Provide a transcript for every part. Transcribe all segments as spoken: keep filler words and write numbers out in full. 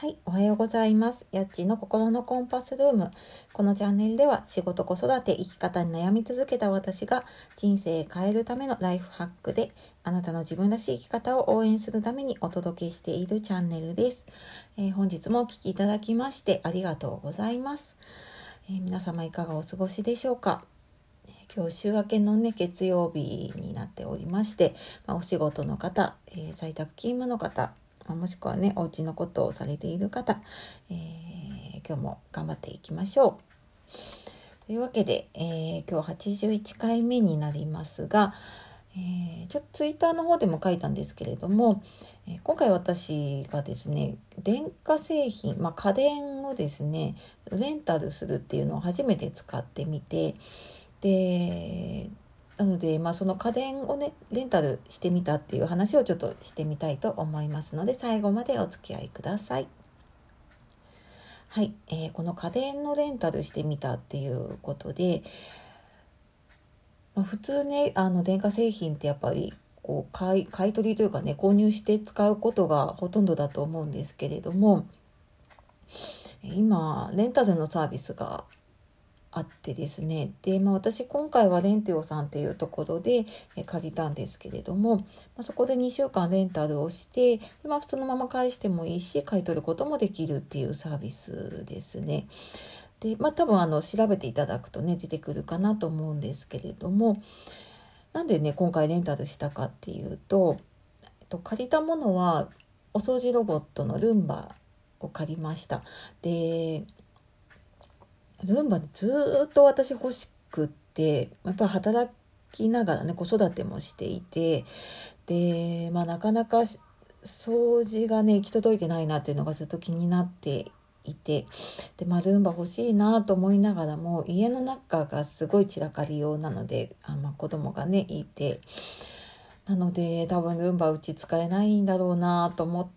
はい、おはようございます。やっちーの心のコンパスルーム。このチャンネルでは仕事、子育て、生き方に悩み続けた私が人生を変えるためのライフハックであなたの自分らしい生き方を応援するためにお届けしているチャンネルです。えー、本日もお聞きいただきましてありがとうございます。えー、皆様いかがお過ごしでしょうか。今日週明けのね月曜日になっておりまして、まあ、お仕事の方、えー、在宅勤務の方、もしくはねお家のことをされている方、えー、今日も頑張っていきましょうというわけで、えー、今日はちじゅういっかいめになりますが、えー、ちょっとツイッターの方でも書いたんですけれども、えー、今回私がですね電化製品、まあ、家電をですねレンタルするっていうのを初めて使ってみて、でなので、まあ、その家電をねレンタルしてみたっていう話をちょっとしてみたいと思いますので最後までお付き合いください。はい、えー、この家電のレンタルしてみたっていうことで、まあ、普通ねあの電化製品ってやっぱりこう買い、買い取りというかね購入して使うことがほとんどだと思うんですけれども、今レンタルのサービスがあってですね。で、まあ、私今回はレンテオさんっていうところでえ借りたんですけれども、まあ、そこでにしゅうかんレンタルをして、でまあ、普通のまま返してもいいし買い取ることもできるっていうサービスですね。で、まあ、多分あの調べていただくとね出てくるかなと思うんですけれども、なんでね今回レンタルしたかっていうと、えっと、借りたものはお掃除ロボットのルンバを借りました。でルンバでずっと私欲しくって、やっぱり働きながらね子育てもしていて、で、まあ、なかなか掃除がね行き届いてないなっていうのがずっと気になっていて、で、まあ、ルンバ欲しいなと思いながらも家の中がすごい散らかりようなので、あ、まあ、子供がねいて、なので多分ルンバうち使えないんだろうなと思って、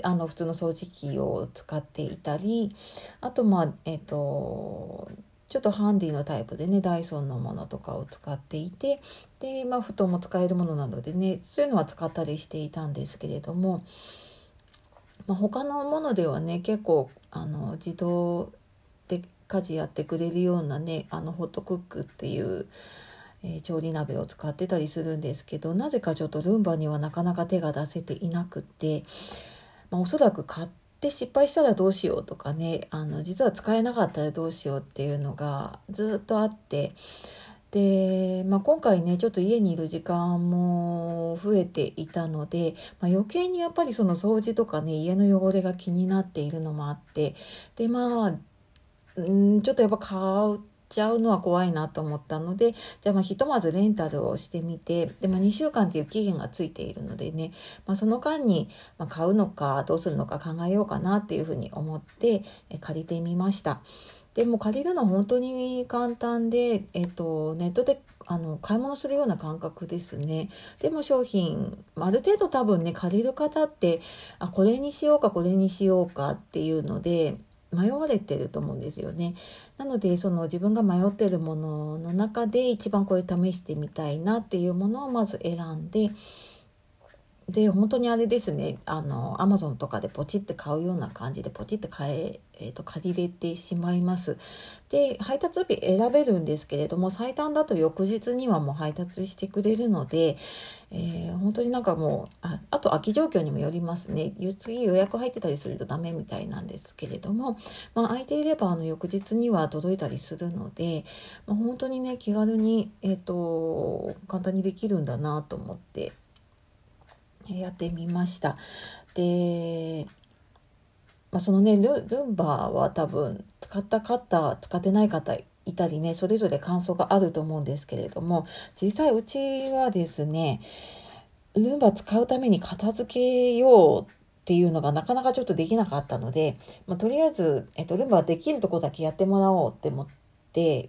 あの普通の掃除機を使っていたり、あとまあえっとちょっとハンディのタイプでねダイソンのものとかを使っていて、でまあ布団も使えるものなのでねそういうのは使ったりしていたんですけれども、まあ、他のものではね結構あの自動で家事やってくれるようなねあのホットクックっていうえー、調理鍋を使ってたりするんですけど、なぜかちょっとルンバにはなかなか手が出せていなくって、まあ、おそらく買って失敗したらどうしようとかね、あの実は使えなかったらどうしようっていうのがずっとあって、で、まあ、今回ねちょっと家にいる時間も増えていたので、まあ、余計にやっぱりその掃除とかね家の汚れが気になっているのもあって、でまあうんちょっとやっぱ買うちゃうのは怖いなと思ったので、じゃあまあひとまずレンタルをしてみて、で、まあ、にしゅうかんっていう期限がついているのでね、まあ、その間にまあ買うのかどうするのか考えようかなっていうふうに思ってえ借りてみました。でも借りるのは本当に簡単で、えっと、ネットであの買い物するような感覚ですね。でも商品ある程度多分ね借りる方ってあこれにしようかこれにしようかっていうので迷われてると思うんですよね。なのでその自分が迷ってるものの中で一番これ試してみたいなっていうものをまず選んで、で本当にあれですね、あのアマゾンとかでポチって買うような感じでポチって買ええー、と借りれてしまいます。で配達日選べるんですけれども、最短だと翌日にはもう配達してくれるので、えー、本当になんかもう あ, あと空き状況にもよりますね。次予約入ってたりするとダメみたいなんですけれども、まあ、空いていればあの翌日には届いたりするので、まあ、本当にね気軽に、えー、と簡単にできるんだなと思ってやってみました。で、まあ、そのねル、ルンバは多分使った方使ってない方いたりねそれぞれ感想があると思うんですけれども、実際うちはですねルンバ使うために片付けようっていうのがなかなかちょっとできなかったので、まあ、とりあえず、えっと、ルンバできるとこだけやってもらおうって思って、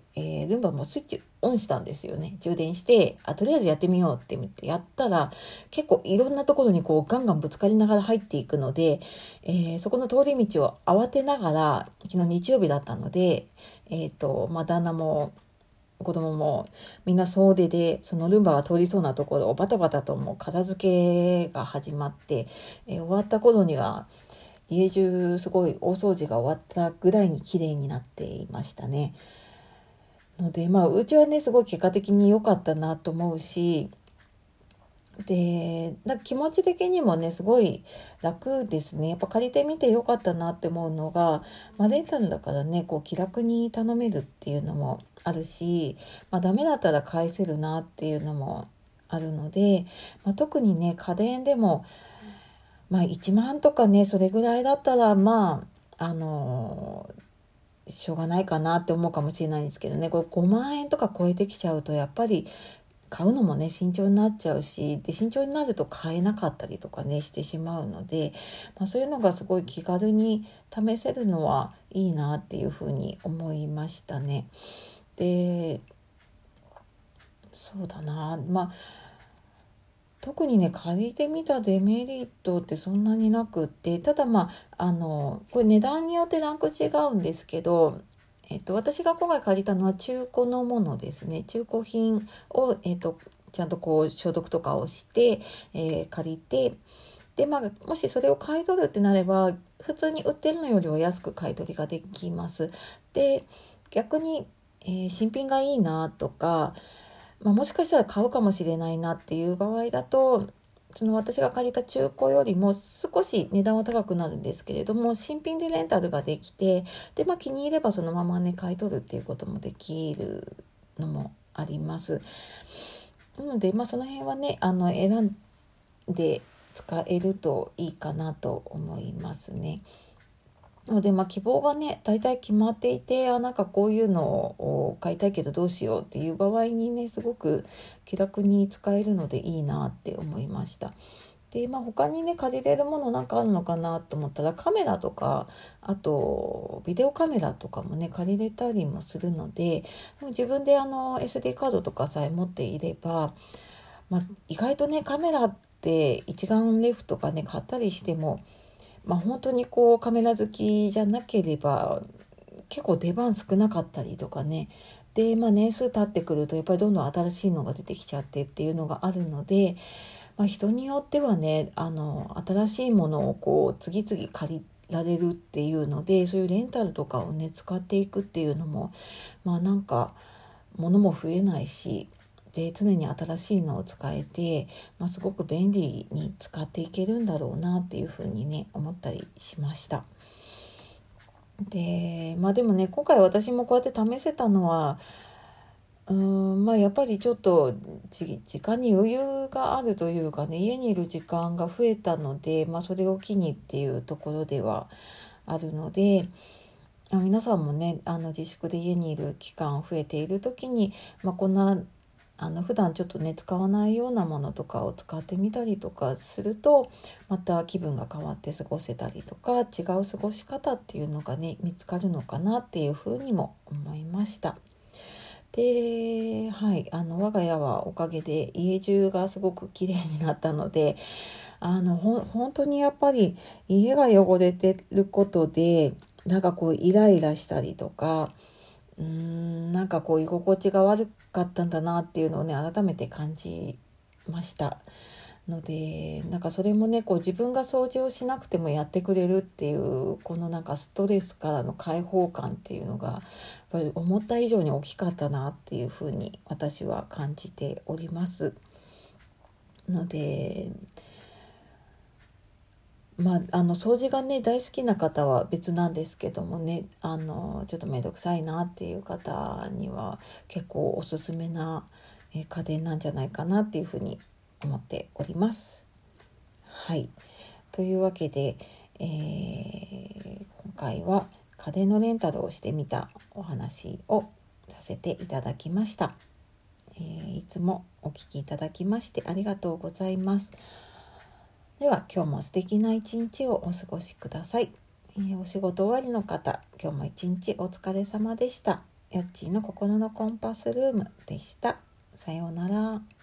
えー、ルンバもスイッチオンしたんですよね。充電してあとりあえずやってみようって言ってやったら結構いろんなところにこうガンガンぶつかりながら入っていくので、えー、そこの通り道を慌てながら、昨日日曜日だったので、えっとまあ、旦那も子供もみんな総出でそのルンバが通りそうなところをバタバタともう片付けが始まって、えー終わった頃には家中すごい大掃除が終わったぐらいに綺麗になっていましたね。のでまあうちはねすごい結果的に良かったなと思うし、でなんか気持ち的にもねすごい楽ですね。やっぱ借りてみてよかったなって思うのが、まあ、レンタルだからねこう気楽に頼めるっていうのもあるし、まあ、ダメだったら返せるなっていうのもあるので、まあ、特にね家電でも、まあ、いちまんとかねそれぐらいだったらまああのしょうがないかなって思うかもしれないんですけどね、これごまん円とか超えてきちゃうとやっぱり買うのもね慎重になっちゃうし、で慎重になると買えなかったりとかねしてしまうので、まあ、そういうのがすごい気軽に試せるのはいいなっていうふうに思いましたね。でそうだな、まあ特にね借りてみたデメリットってそんなになくって、ただまああのこれ値段によってランク違うんですけど、えっと、私が今回借りたのは中古のものですね。中古品を、えっと、ちゃんとこう消毒とかをして、えー借りて、で、まあ、もしそれを買い取るってなれば、普通に売ってるのよりは安く買い取りができます。で、逆に、えー新品がいいなとか、まあ、もしかしたら買うかもしれないなっていう場合だと、その私が借りた中古よりも少し値段は高くなるんですけれども、新品でレンタルができて、で、まあ、気に入ればそのままね買い取るっていうこともできるのもあります。なので、まあ、その辺はねあの選んで使えるといいかなと思いますね。なので、まあ、希望がね大体決まっていて、あなんかこういうのを買いたいけどどうしようっていう場合にねすごく気楽に使えるのでいいなって思いました。で、まあ、他にね借りれるものなんかあるのかなと思ったら、カメラとかあとビデオカメラとかもね借りれたりもするので、でも自分であの エスディー カードとかさえ持っていれば、まあ、意外とねカメラって一眼レフとかね買ったりしても、まあ、本当にこうカメラ好きじゃなければ結構出番少なかったりとかね。で、まあ、年数経ってくるとやっぱりどんどん新しいのが出てきちゃってっていうのがあるので、まあ、人によってはねあの新しいものをこう次々借りられるっていうので、そういうレンタルとかをね使っていくっていうのも、まあなんか物も増えないし、で常に新しいのを使えて、まあ、すごく便利に使っていけるんだろうなっていうふうにね思ったりしました。でまあでもね今回私もこうやって試せたのは、うーんまあやっぱりちょっとじ時間に余裕があるというかね、家にいる時間が増えたので、まあ、それを機にっていうところではあるので、あ皆さんもねあの自粛で家にいる期間増えている時に、まあ、こんなあの普段ちょっとね使わないようなものとかを使ってみたりとかすると、また気分が変わって過ごせたりとか、違う過ごし方っていうのがね見つかるのかなっていうふうにも思いました。で、はい、あの我が家はおかげで家中がすごく綺麗になったので、あのほ本当にやっぱり家が汚れてることでなんかこうイライラしたりとか、うーんなんかこう居心地が悪かったんだなっていうのをね改めて感じましたので、なんかそれもねこう自分が掃除をしなくてもやってくれるっていうこのなんかストレスからの解放感っていうのがやっぱり思った以上に大きかったなっていうふうに私は感じておりますので、まあ、あの掃除がね大好きな方は別なんですけどもね、あのちょっと面倒くさいなっていう方には結構おすすめなえ家電なんじゃないかなっていうふうに思っております。はい、というわけで、えー今回は家電のレンタルをしてみたお話をさせていただきました。えーいつもお聞きいただきましてありがとうございます。では今日も素敵な一日をお過ごしください。えーお仕事終わりの方、今日も一日お疲れ様でした。やっちーの心のコンパスルームでした。さようなら。